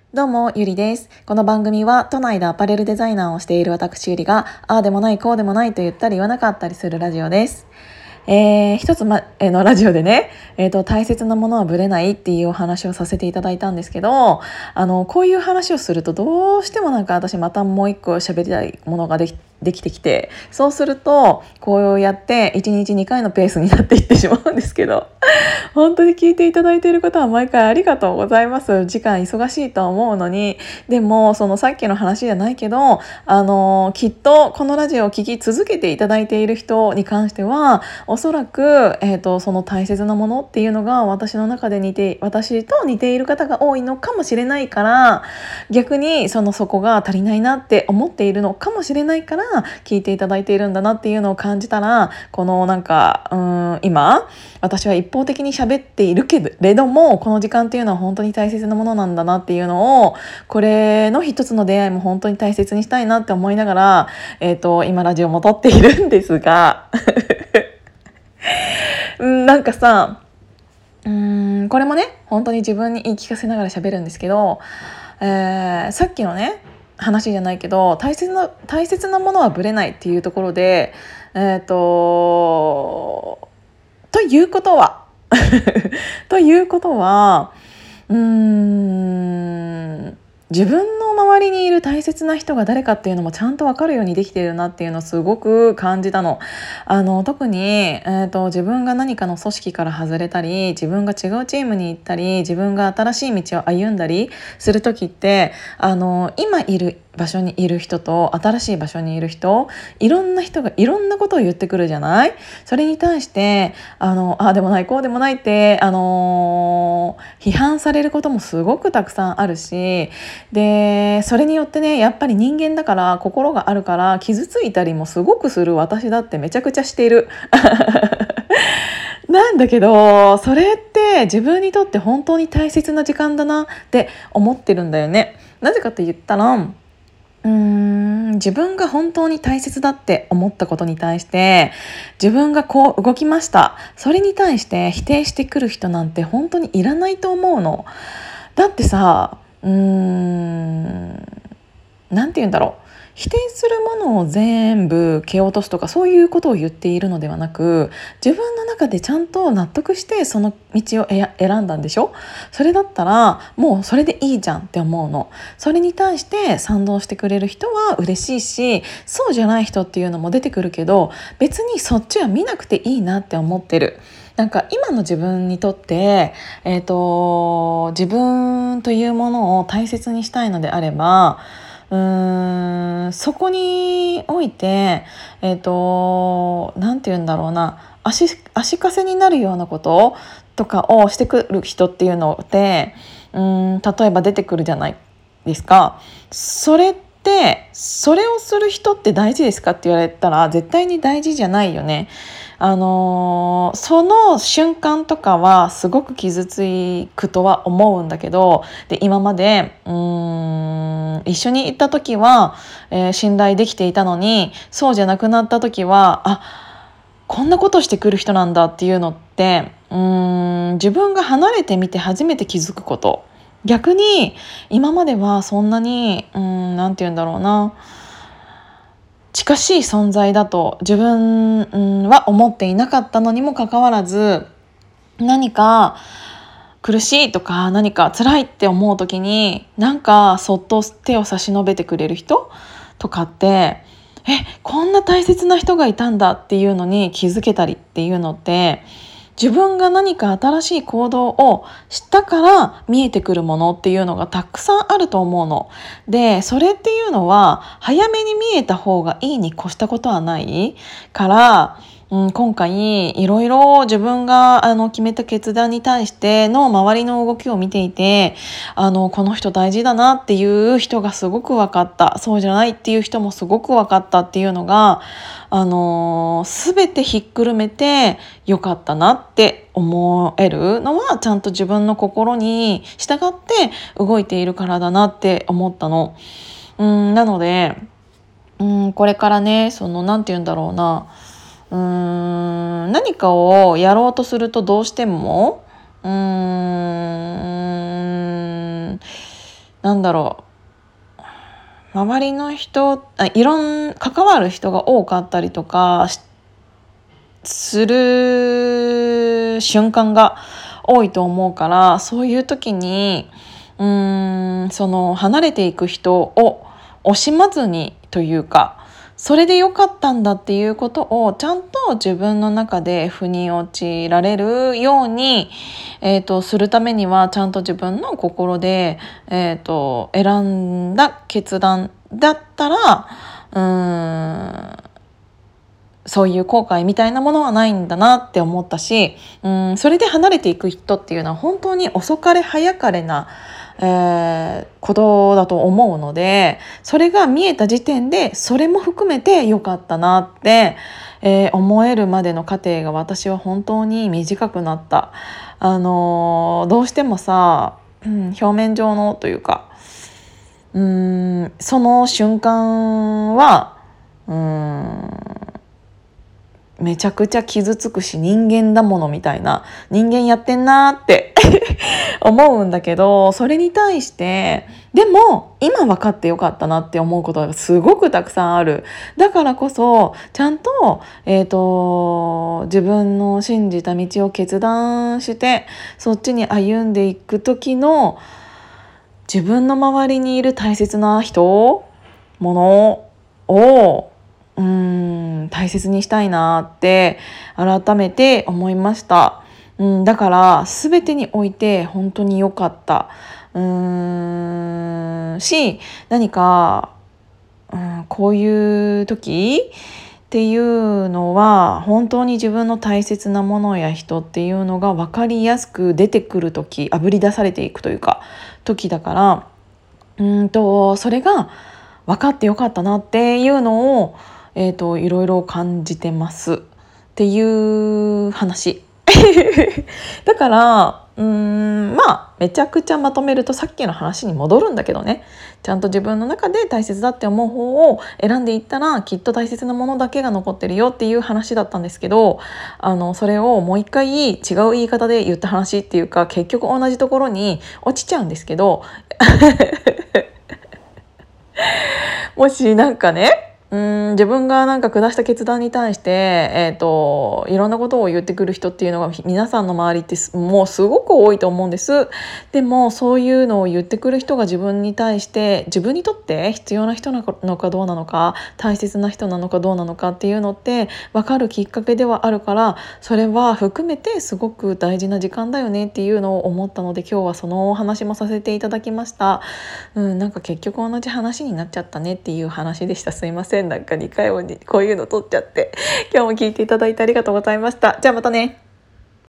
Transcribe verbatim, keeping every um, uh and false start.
どうも、ゆりです。この番組は都内でアパレルデザイナーをしている私ゆりが、ああでもないこうでもないと言ったり言わなかったりするラジオです。えー、一つ前のラジオでね、えーと、大切なものはぶれないっていうお話をさせていただいたんですけど、あのこういう話をするとどうしてもなんか私またもう一個喋りたいものができできてきて、そうするとこうやっていちにちにかいのペースになっていってしまうんですけど、本当に聞いていただいている方は毎回ありがとうございます。時間忙しいと思うのに、でもそのさっきの話じゃないけど、あのきっとこのラジオを聞き続けていただいている人に関してはおそらく、えーと、その大切なものっていうのが私の中で似て私と似ている方が多いのかもしれないから、逆にそのそこが足りないなって思っているのかもしれないから聞いていただいているんだなっていうのを感じたら、このなんかうーん今私は一方的に喋っているけれども、この時間っていうのは本当に大切なものなんだなっていうのを、これの一つの出会いも本当に大切にしたいなって思いながら、えーと、今ラジオも撮っているんですがなんかさ、うーんこれもね本当に自分に言い聞かせながら喋るんですけど、えー、さっきのね話じゃないけど、大切な大切なものはぶれないっていうところで、えーとということはということはうーん自分の周りにいる大切な人が誰かっていうのもちゃんと分かるようにできているなっていうのをすごく感じたの。あの特に、えーと、自分が何かの組織から外れたり、自分が違うチームに行ったり、自分が新しい道を歩んだりする時って、あの今いる場所にいる人と新しい場所にいる人、いろんな人がいろんなことを言ってくるじゃない。それに対してあのあでもないこうでもないって、あの批判されることもすごくたくさんあるし、でそれによってね、やっぱり人間だから心があるから傷ついたりもすごくする。私だってめちゃくちゃしているなんだけど、それって自分にとって本当に大切な時間だなって思ってるんだよね。なぜかって言ったら、うーん自分が本当に大切だって思ったことに対して、自分がこう動きました、それに対して否定してくる人なんて本当にいらないと思うの。だってさ、うーんなんて言うんだろう、否定するものを全部蹴落とすとかそういうことを言っているのではなく、自分の中でちゃんと納得してその道をえ選んだんでしょ。それだったらもうそれでいいじゃんって思うの。それに対して賛同してくれる人は嬉しいし、そうじゃない人っていうのも出てくるけど、別にそっちは見なくていいなって思ってる。なんか今の自分にとって、えーと、自分というものを大切にしたいのであれば、うーんそこにおいて、えっとなんて言うんだろうな、足足かせになるようなこととかをしてくる人っていうのってうーん例えば出てくるじゃないですか。それってそれをする人って大事ですかって言われたら絶対に大事じゃないよね。あのーその瞬間とかはすごく傷つくとは思うんだけど、で今までうーん一緒に行った時は、えー信頼できていたのに、そうじゃなくなった時は、あこんなことしてくる人なんだっていうのって、うーん自分が離れてみて初めて気づくこと。逆に今まではそんなにうーんなんて言うんだろうな、近しい存在だと自分は思っていなかったのにもかかわらず、何か苦しいとか何か辛いって思う時になんかそっと手を差し伸べてくれる人とかって、えこんな大切な人がいたんだっていうのに気づけたりっていうのって、自分が何か新しい行動をしたから見えてくるものっていうのがたくさんあると思うの。で、それっていうのは早めに見えた方がいいに越したことはないから、うん、今回いろいろ自分があの決めた決断に対しての周りの動きを見ていて、あのこの人大事だなっていう人がすごく分かった、そうじゃないっていう人もすごく分かったっていうのが、あの全てひっくるめてよかったなって思えるのは、ちゃんと自分の心に従って動いているからだなって思ったの。うんなのでうんこれからね、そのなんて言うんだろうな、うーん何かをやろうとするとどうしてもうーんなんだろう、周りの人あいろん関わる人が多かったりとかする瞬間が多いと思うから、そういう時にうーんその離れていく人を惜しまずにというか、それで良かったんだっていうことをちゃんと自分の中で腑に落ちられるように、えー、とするためにはちゃんと自分の心で、えー、と選んだ決断だったらうーんそういう後悔みたいなものはないんだなって思ったし、うん、それで離れていく人っていうのは本当に遅かれ早かれな、えーことだと思うので、それが見えた時点でそれも含めて良かったなって、えー思えるまでの過程が私は本当に短くなった。あのーどうしてもさ、うん、表面上のというか、うーんその瞬間はうーんめちゃくちゃ傷つくし人間だものみたいな、人間やってんなーって思うんだけど、それに対してでも今分かってよかったなって思うことがすごくたくさんある。だからこそちゃんと、えーと、自分の信じた道を決断してそっちに歩んでいく時の自分の周りにいる大切な人ものをうーん大切にしたいなって改めて思いました。うん、だから全てにおいて本当に良かった。うーんし、何か、うん、こういう時っていうのは本当に自分の大切なものや人っていうのが分かりやすく出てくる時、あぶり出されていくというか時だから、うんとそれが分かってよかったなっていうのを、えーと、いろいろ感じてますっていう話だからうーんまあめちゃくちゃまとめるとさっきの話に戻るんだけどね、ちゃんと自分の中で大切だって思う方を選んでいったらきっと大切なものだけが残ってるよっていう話だったんですけど、あのそれをもう一回違う言い方で言った話っていうか、結局同じところに落ちちゃうんですけどもしなんかね、うーん自分がなんか下した決断に対して、えーと、いろんなことを言ってくる人っていうのが皆さんの周りってもうすごく多いと思うんです。でもそういうのを言ってくる人が自分に対して自分にとって必要な人なのかどうなのか、大切な人なのかどうなのかっていうのって分かるきっかけではあるから、それは含めてすごく大事な時間だよねっていうのを思ったので、今日はそのお話もさせていただきました。うん、なんか結局同じ話になっちゃったねっていう話でした。すいません、なんかにかいもにこういうの撮っちゃって。今日も聞いていただいてありがとうございました。じゃあまたね。